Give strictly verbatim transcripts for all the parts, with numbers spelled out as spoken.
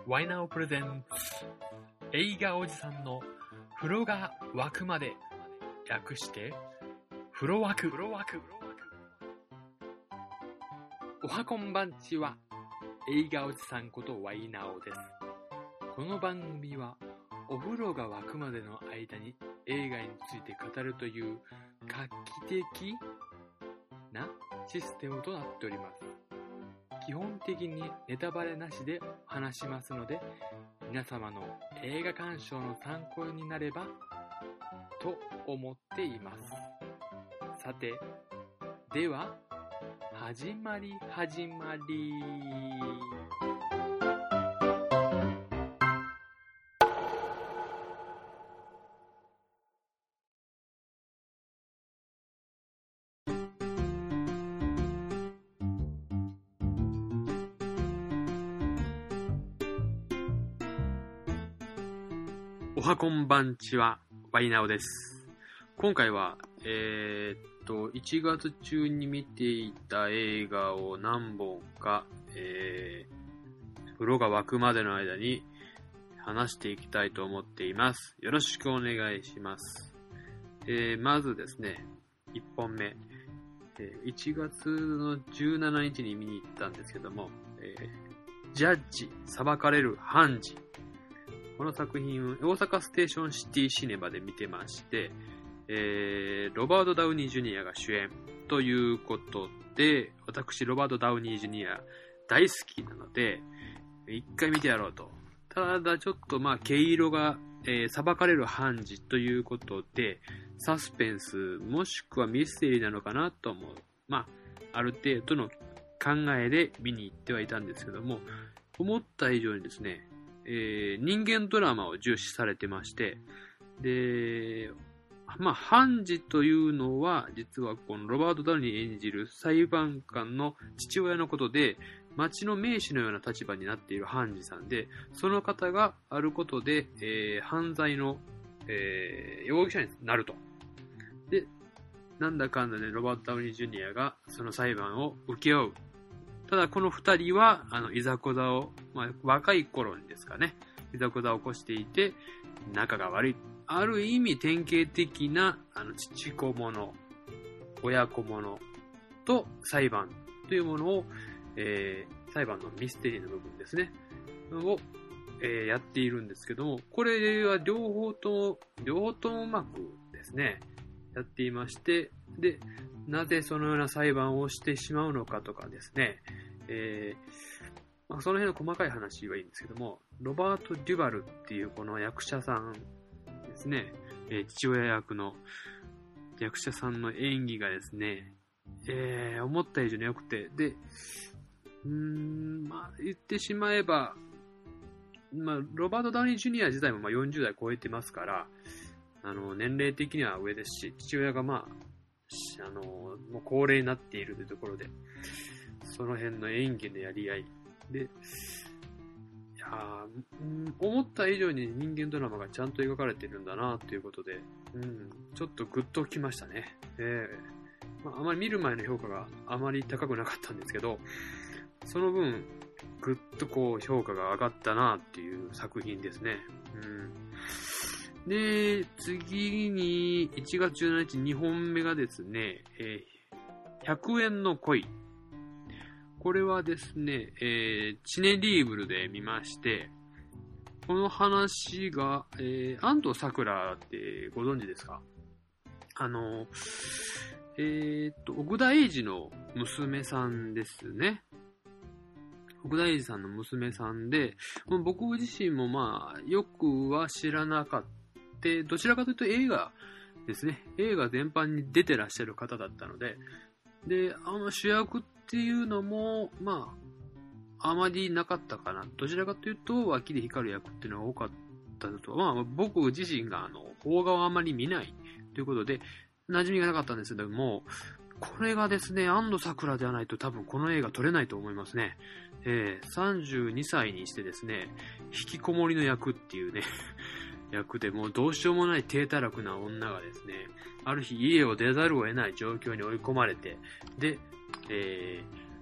ワイナオプレゼン映画おじさんの風呂が沸くまで、略して風呂沸く。おはこんばんちは、映画おじさんことワイナオです。この番組はお風呂が沸くまでの間に映画について語るという画期的なシステムとなっております。基本的にネタバレなしで話しますので、皆様の映画鑑賞の参考になればと思っています。さて、では始まり始まり。おはこんばんちは、ワイナオです。今回は、えー、っと、いちがつ中に見ていた映画を何本か、えー、風呂が沸くまでの間に話していきたいと思っています。よろしくお願いします。えー、まずですね、いっぽんめ、えー、いちがつのじゅうしちにちに見に行ったんですけども、えー、ジャッジ、裁かれる判事。この作品を大阪ステーションシティシネマで見てまして、えー、ロバート・ダウニー・ジュニアが主演ということで、私、ロバート・ダウニー・ジュニア大好きなので、一回見てやろうと。ただちょっとまあ、毛色が、えー、裁かれる判事ということで、サスペンスもしくはミステリーなのかなと思う。まあ、ある程度の考えで見に行ってはいたんですけども、思った以上にですね、えー、人間ドラマを重視されてまして、で、まあ、判事というのは、実はこのロバート・ダウニー演じる裁判官の父親のことで、町の名士のような立場になっている判事さんで、その方があることで、えー、犯罪の、えー、容疑者になると。で、なんだかんだでロバート・ダウニー・ジュニアがその裁判を請け負う。ただこの二人はあのいざこざを、まあ、若い頃にですかね、いざこざを起こしていて仲が悪い。ある意味典型的なあの父子もの、親子ものと裁判というものを、えー、裁判のミステリーの部分ですねを、えー、やっているんですけども、これは両方とも両方ともうまくですねやっていまして、でなぜそのような裁判をしてしまうのかとかですね、えーまあ、その辺の細かい話はいいんですけども、ロバート・デュバルっていうこの役者さんですね、えー、父親役の役者さんの演技がですね、えー、思った以上に良くて、で、うーん、まあ言ってしまえば、まあ、ロバート・ダウニー・ジュニア自体もまあよんじゅうだい超えてますから、あの年齢的には上ですし、父親がまああのもう高齢になっているというところで、その辺の演技のやり合いで、いやー、思った以上に人間ドラマがちゃんと描かれているんだなということで、うん、ちょっとグッときましたね。えーまあ、あまり見る前の評価があまり高くなかったんですけど、その分グッとこう評価が上がったなっていう作品ですね。うんで、次にいちがつじゅうしちにちにほんめがですね、えー、ひゃくえんの恋。これはですね、えー、チネリーブルで見まして、この話が、えー、安藤サクラってご存知ですか？あの、えー、っと、奥田英二の娘さんですね。奥田英二さんの娘さんで、僕自身もまあ、よくは知らなかった。でどちらかというと映画ですね、映画全般に出てらっしゃる方だったので、であの主役っていうのもまああまりなかったかな。どちらかというと脇で光る役っていうのが多かったと。まあ僕自身があの邦画をあまり見ないということで馴染みがなかったんですけども、これがですね、安藤サクラではないと多分この映画撮れないと思いますね。えー、さんじゅうにさいにしてですね、引きこもりの役っていうね役でもうどうしようもない低たらくな女がですね、ある日家を出ざるを得ない状況に追い込まれて、で、え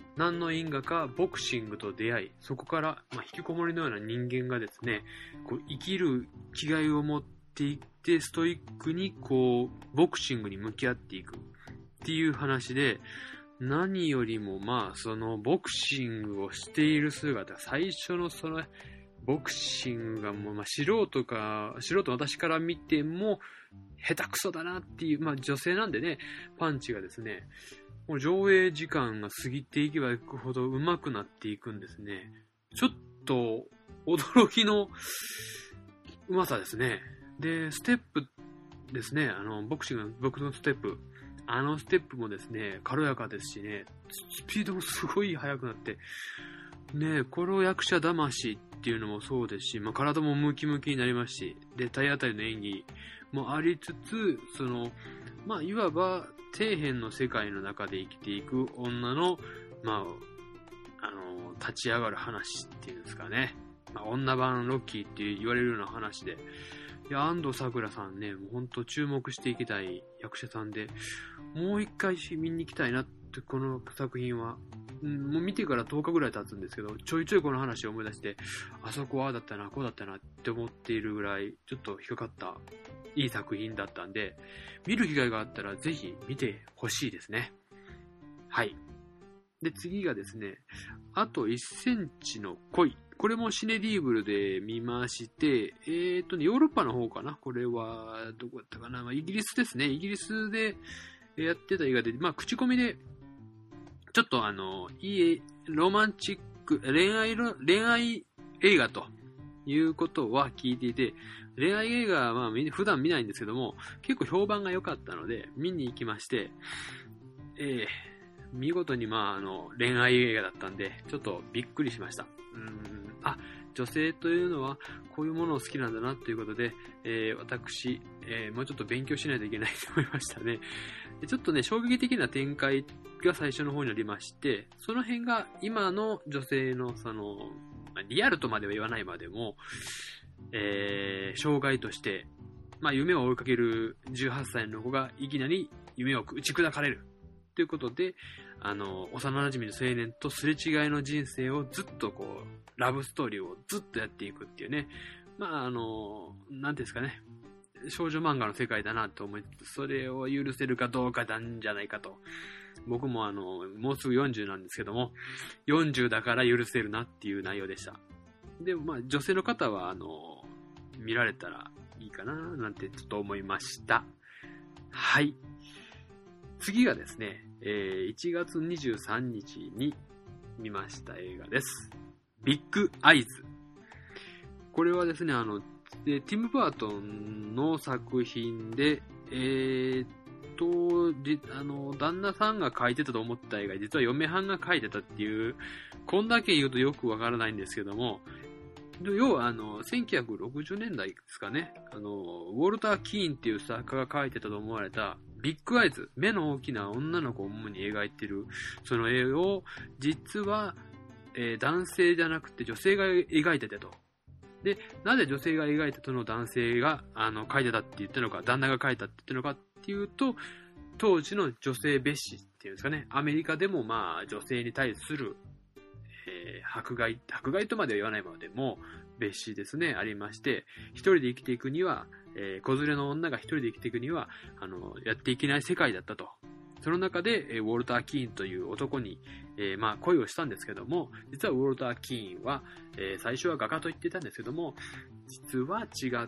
何の因果かボクシングと出会い、そこから、まあ、引きこもりのような人間がですね、こう生きる気概を持っていって、ストイックにこう、ボクシングに向き合っていくっていう話で、何よりもまあ、そのボクシングをしている姿、最初のその、ボクシングがもう、まあ、素人か、素人私から見ても、下手くそだなっていう、まあ女性なんでね、パンチがですね、もう上映時間が過ぎていけばいくほど上手くなっていくんですね。ちょっと驚きのうまさですね。で、ステップですね、あの、ボクシングの僕のステップ、あのステップもですね、軽やかですしね、スピードもすごい速くなって、ね、この役者魂っていうのもそうですし、まあ、体もムキムキになりますし、で、体当たりの演技もありつつ、その、まあ、いわば、底辺の世界の中で生きていく女の、まあ、あの、立ち上がる話っていうんですかね。まあ、女版ロッキーって言われるような話で、いや、安藤サクラさんね、もう本当注目していきたい役者さんで、もう一回見に行きたいなって、この作品は。うん、もう見てからとおかぐらい経つんですけど、ちょいちょいこの話を思い出して、あそこはああだったな、こうだったなって思っているぐらい、ちょっと引っかかったいい作品だったんで、見る機会があったらぜひ見てほしいですね。はい。で、次がですね、あといっセンチの恋。これもシネディーブルで見まして、えーとね、ヨーロッパの方かな。これは、どこだったかな。まあ、イギリスですね。イギリスでやってた映画で、まあ、口コミで、ちょっとあの、いいロマンチック、恋愛の、恋愛映画ということは聞いていて、恋愛映画はまあ普段見ないんですけども、結構評判が良かったので、見に行きまして、えー、見事にまああの、恋愛映画だったんで、ちょっとびっくりしました。うーん、あ、女性というのはこういうものを好きなんだなということで、えー、私、えー、もうちょっと勉強しないといけないと思いましたね。でちょっとね、衝撃的な展開が最初の方にありまして、その辺が今の女性のその、リアルとまでは言わないまでも、えー、障害として、まあ、夢を追いかけるじゅうはっさいの子がいきなり夢を打ち砕かれるということで、あの、幼馴染の青年とすれ違いの人生をずっとこう、ラブストーリーをずっとやっていくっていうね、まあ、あの、なんていうんですかね、少女漫画の世界だなと思いつつ、それを許せるかどうかなんじゃないかと。僕もあの、もうすぐよんじゅうなんですけども、よんじゅうだから許せるなっていう内容でした。でもまあ、女性の方はあの、見られたらいいかななんてちょっと思いました。はい。次がですね、えー、いちがつにじゅうさんにちに見ました映画です。ビッグアイズ。これはですね、あの、でティム・バートンの作品で、えー、っと、あの、旦那さんが描いてたと思った映画、実は嫁はんが描いてたっていう、こんだけ言うとよくわからないんですけども、要はあの、せんきゅうひゃくろくじゅうねんだいですかね、あの、ウォルター・キーンっていう作家が描いてたと思われた、ビッグアイズ、目の大きな女の子を主に描いている、その絵を、実は、えー、男性じゃなくて女性が描いてたと。で、なぜ女性が描いたとの男性が、あの、描いてたって言ったのか、旦那が描いたって言ったのかっていうと、当時の女性蔑視っていうんですかね、アメリカでもまあ、女性に対する、えー、迫害、迫害とまでは言わないまでも、蔑視ですね、ありまして、一人で生きていくには、えー、子連れの女が一人で生きていくには、あの、やっていけない世界だったと。その中で、えー、ウォルター・キーンという男に、えー、まあ、恋をしたんですけども、実はウォルター・キーンは、えー、最初は画家と言ってたんですけども、実は違って、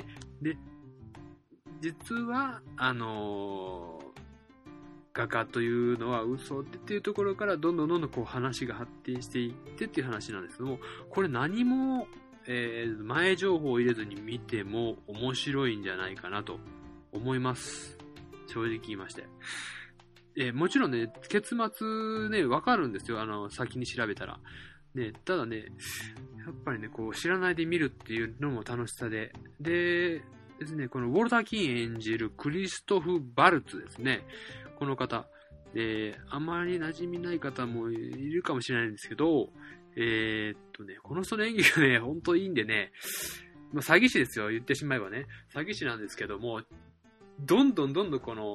で、実は、あのー、画家というのは嘘でっていうところからどんどんどんどんこう話が発展していってっていう話なんですけども、これ何も、えー、前情報を入れずに見ても面白いんじゃないかなと思います。正直言いまして。えー、もちろんね、結末ね、わかるんですよ。あの、先に調べたら。ね、ただね、やっぱりね、こう、知らないで見るっていうのも楽しさで。で、ですね、このウォルター・キーン演じるクリストフ・バルツですね。この方。で、あまり馴染みない方もいるかもしれないんですけど、えー、っとね、この人の演技がね、ほんといいんでね、まあ、詐欺師ですよ、言ってしまえばね。詐欺師なんですけども、どんどんどんどんこの、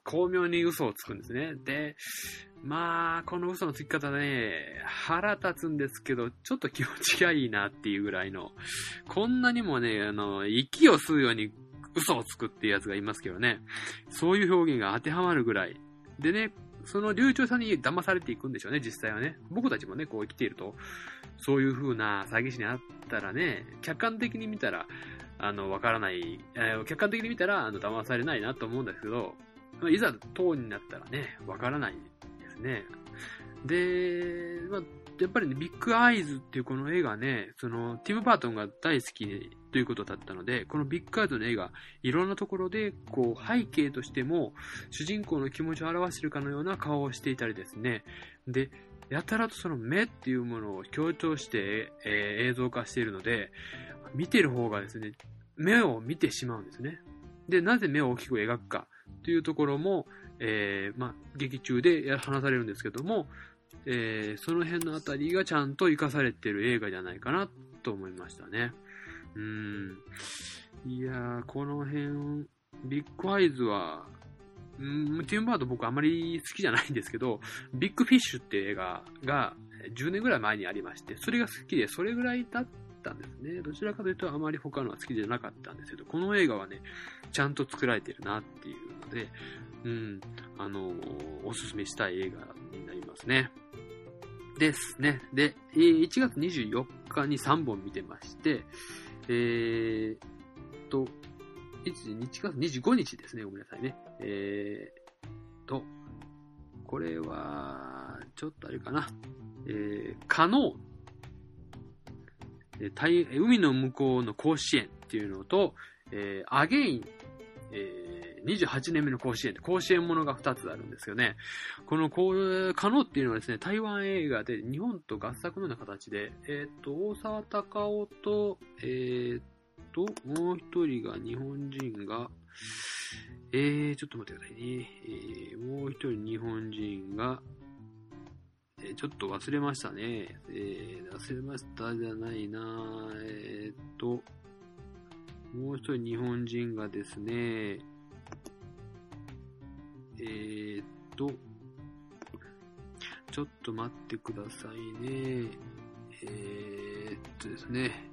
巧妙に嘘をつくんですね。で、まあ、この嘘のつき方ね、腹立つんですけど、ちょっと気持ちがいいなっていうぐらいの、こんなにもね、あの、息を吸うように嘘をつくっていうやつがいますけどね、そういう表現が当てはまるぐらい。でね、その流暢さに騙されていくんでしょうね、実際はね。僕たちもね、こう生きていると、そういう風な詐欺師にあったらね、客観的に見たら、あの、わからない、えー、客観的に見たら、あの、騙されないなと思うんですけど、いざ当になったらね、わからないですね。で、まあ、やっぱりね、ビッグアイズっていうこの絵がね、その、ティム・バートンが大好きということだったので、このビッグアイズの絵がいろんなところで、こう、背景としても、主人公の気持ちを表しているかのような顔をしていたりですね。で、やたらとその目っていうものを強調して、えー、映像化しているので、見てる方がですね、目を見てしまうんですね。で、なぜ目を大きく描くかというところも、えー、まあ、劇中で話されるんですけども、えー、その辺のあたりがちゃんと活かされている映画じゃないかなと思いましたね。うーん。いやー、この辺、ビッグアイズは、うん、ティム・バート僕あまり好きじゃないんですけど、ビッグフィッシュって映画がじゅうねんぐらい前にありまして、それが好きで、それぐらいだったんですね。どちらかというとあまり他のは好きじゃなかったんですけど、この映画はね、ちゃんと作られてるなっていうので、うん、あのー、おすすめしたい映画になりますね。ですね。で、いちがつにじゅうよっかにさんぼん見てまして、えーっと、いちがつにじゅうごにちですね。ごめんなさいね。えーと、これは、ちょっとあれかな。えー、カノー、海の向こうの甲子園っていうのと、えー、アゲイン、えー、にじゅうはちねんめの甲子園、甲子園ものがふたつあるんですよね。この、こう、カノーっていうのはですね、台湾映画で日本と合作のような形で、えっと、大沢たかおと、えーと、もう一人が日本人が、えー、ちょっと待ってくださいね。えー、もう一人日本人が、えー、ちょっと忘れましたね。えー、忘れましたじゃないな。えーっと、もう一人日本人がですね、えーっと、ちょっと待ってくださいね。えーっとですね、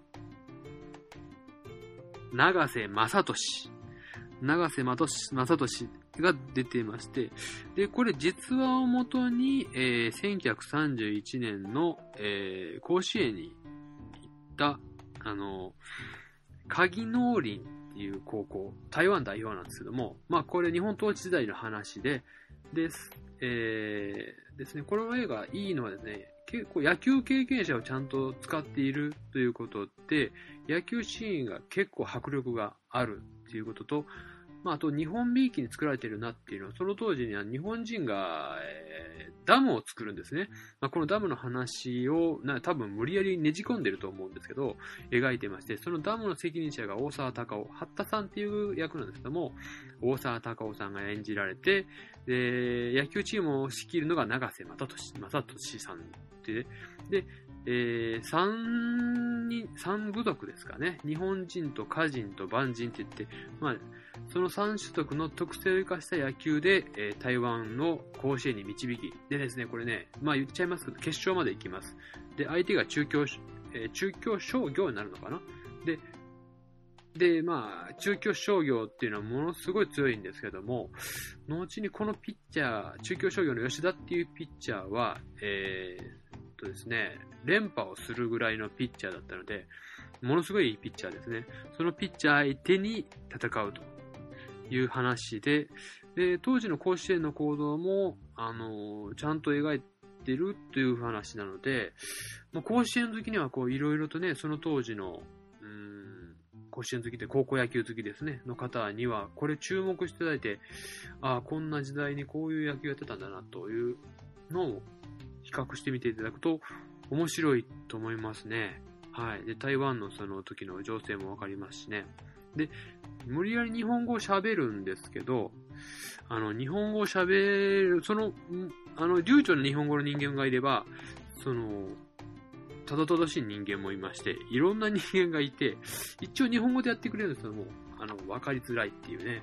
長瀬正敏。長瀬正敏が出てまして、で、これ実話をもとに、えー、せんきゅうひゃくさんじゅういちねんの、えー、甲子園に行った、あの、鍵農林っていう高校、台湾代表なんですけども、まあこれ日本統治時代の話で、です、えー、ですね、この映画いいのはですね、結構野球経験者をちゃんと使っているということで、野球シーンが結構迫力があるっていうことと、まあ、あと日本びいきに作られているなっていうのは、その当時には日本人が、えー、ダムを作るんですね。まあ、このダムの話をな多分無理やりねじ込んでると思うんですけど、描いてまして、そのダムの責任者が大沢たかお、八田さんっていう役なんですけども、大沢たかおさんが演じられて、で、野球チームを仕切るのが長瀬正敏、正敏さんで、で、えー、三人、三部族ですかね。日本人と華人と蛮人って言って、まあ、その三種族の特性を生かした野球で、えー、台湾の甲子園に導き、でですね、これね、まあ言っちゃいますけど、決勝まで行きます。で、相手が中京、えー、中京商業になるのかな。で、で、まあ、中京商業っていうのはものすごい強いんですけども、後にこのピッチャー、中京商業の吉田っていうピッチャーは、えー、とですね、連覇をするぐらいのピッチャーだったので、ものすごいいいピッチャーですね。そのピッチャー相手に戦うという話で、で、当時の甲子園の行動も、あの、ちゃんと描いてるという話なので、まあ、甲子園好きにはこういろいろとね、その当時の、うーん、甲子園好きで高校野球好きですね、の方には、これ注目していただいて、ああ、こんな時代にこういう野球やってたんだなというのを比較してみていただくと面白いと思いますね。はい。で、台湾のその時の情勢もわかりますしね。で、無理やり日本語を喋るんですけど、あの、日本語を喋る、その、あの、流暢な日本語の人間がいれば、その、たどたどしい人間もいまして、いろんな人間がいて、一応日本語でやってくれるんですけども、あの、わかりづらいっていうね。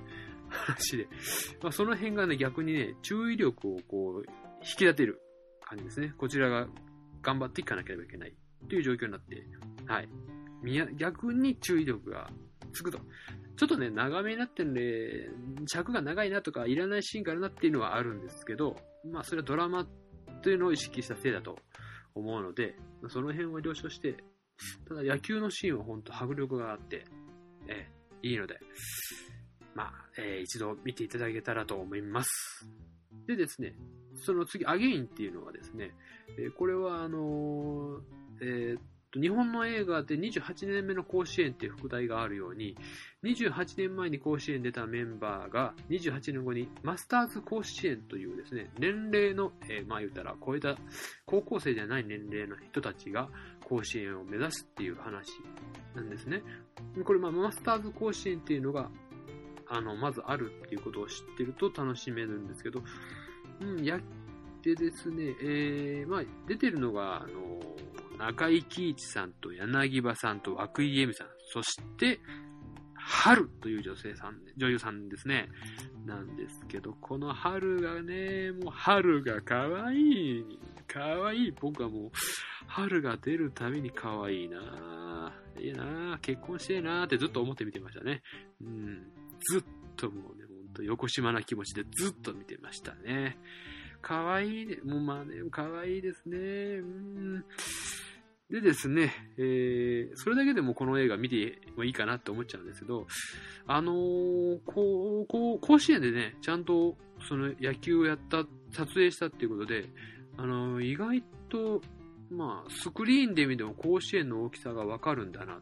話で、まあ、その辺がね、逆にね、注意力をこう、引き立てる感じですね。こちらが頑張っていかなければいけないという状況になって、はい。逆に注意力がつくと。ちょっとね、長めになってるんで、尺が長いなとか、いらないシーンがあるなっていうのはあるんですけど、まあ、それはドラマというのを意識したせいだと思うので、その辺は了承して、ただ野球のシーンは本当迫力があって、えー、いいので、まあ、えー、一度見ていただけたらと思います。でですね、その次、アゲインっていうのはですね、えー、これはあのー、えー日本の映画でにじゅうはちねんめの甲子園っていう副題があるように、にじゅうはちねんまえに甲子園出たメンバーがにじゅうはちねんごにマスターズ甲子園というですね、年齢の、えー、まあ言ったら超えた高校生じゃない年齢の人たちが甲子園を目指すっていう話なんですね。これまあマスターズ甲子園っていうのがあのまずあるっていうことを知ってると楽しめるんですけど、うん、やってですね、えー、まあ出てるのがあの中井貴一さんと柳葉さんと涌井絵美さん、そして春という女性さん、女優さんですね。なんですけど、この春がね、もう春が可愛い、可愛い。僕はもう春が出るたびに可愛いな、いいな、結婚してえなってずっと思って見てましたね。うん、ずっともうね、本当横島な気持ちでずっと見てましたね。可愛いね、もうまあね、可愛いですね。うん。でですね、えー、それだけでもこの映画見てもいいかなって思っちゃうんですけど、あのー、こう、こう、甲子園でね、ちゃんとその野球をやった、撮影したっていうことで、あのー、意外と、まあ、スクリーンで見ても甲子園の大きさがわかるんだなって、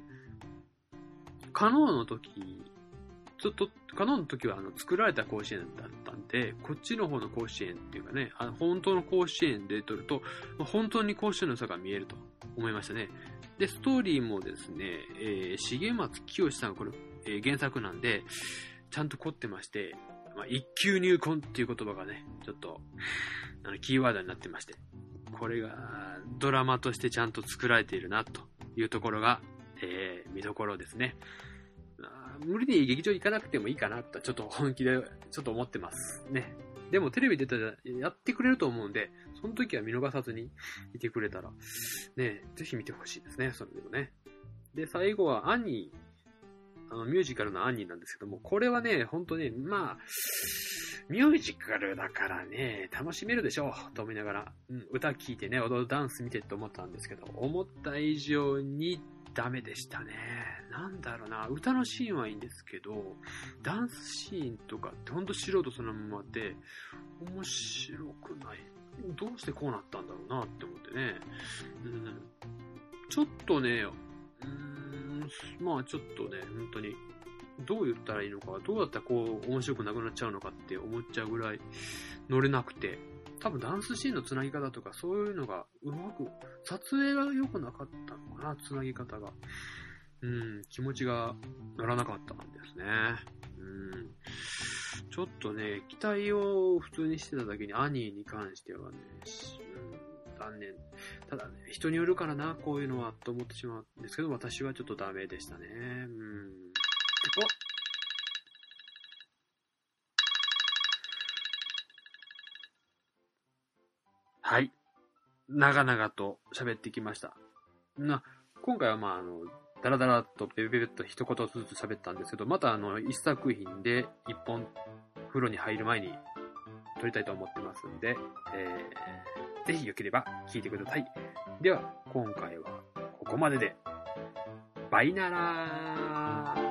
カノーの時、ちょっと、カノンの時はあの作られた甲子園だったんで、こっちの方の甲子園っていうかね、あの本当の甲子園で撮ると、本当に甲子園の差が見えると思いましたね。で、ストーリーもですね、えー、重松清さん、これ、えー、原作なんで、ちゃんと凝ってまして、まあ、一級入魂っていう言葉がね、ちょっと、あの、キーワードになってまして、これがドラマとしてちゃんと作られているな、というところが、えー、見どころですね。無理に劇場行かなくてもいいかなとちょっと本気でちょっと思ってますね。でもテレビ出たらやってくれると思うんで、その時は見逃さずにいてくれたらね、ぜひ見てほしいですね。それでもね。で、最後はアニー、あのミュージカルのアニーなんですけども、これはね、ほんとね、まあミュージカルだからね、楽しめるでしょうと思いながら、うん、歌聴いてね、踊るダンス見てって思ったんですけど、思った以上にダメでしたね。なんだろうな、歌のシーンはいいんですけど、ダンスシーンとかってほんと素人そのままで、面白くない。どうしてこうなったんだろうなって思ってね。うん、ちょっとね、うーん、まあちょっとね、本当に、どう言ったらいいのか、どうやったらこう面白くなくなっちゃうのかって思っちゃうぐらい乗れなくて、多分ダンスシーンのつなぎ方とかそういうのがうまく、撮影が良くなかったのかな、つなぎ方が。うん、気持ちが乗らなかったんですね。うん、ちょっとね、期待を普通にしてただけにアニーに関してはね、うん、残念。ただね、人によるからな、こういうのはと思ってしまうんですけど、私はちょっとダメでしたね。うん。おはい。長々と喋ってきました。な、今回はまあ、あの、ダラダラとベベベッと一言ずつ喋ったんですけど、またあの、一作品で一本風呂に入る前に撮りたいと思ってますんで、えー、ぜひよければ聞いてください。では、今回はここまでで、バイナラー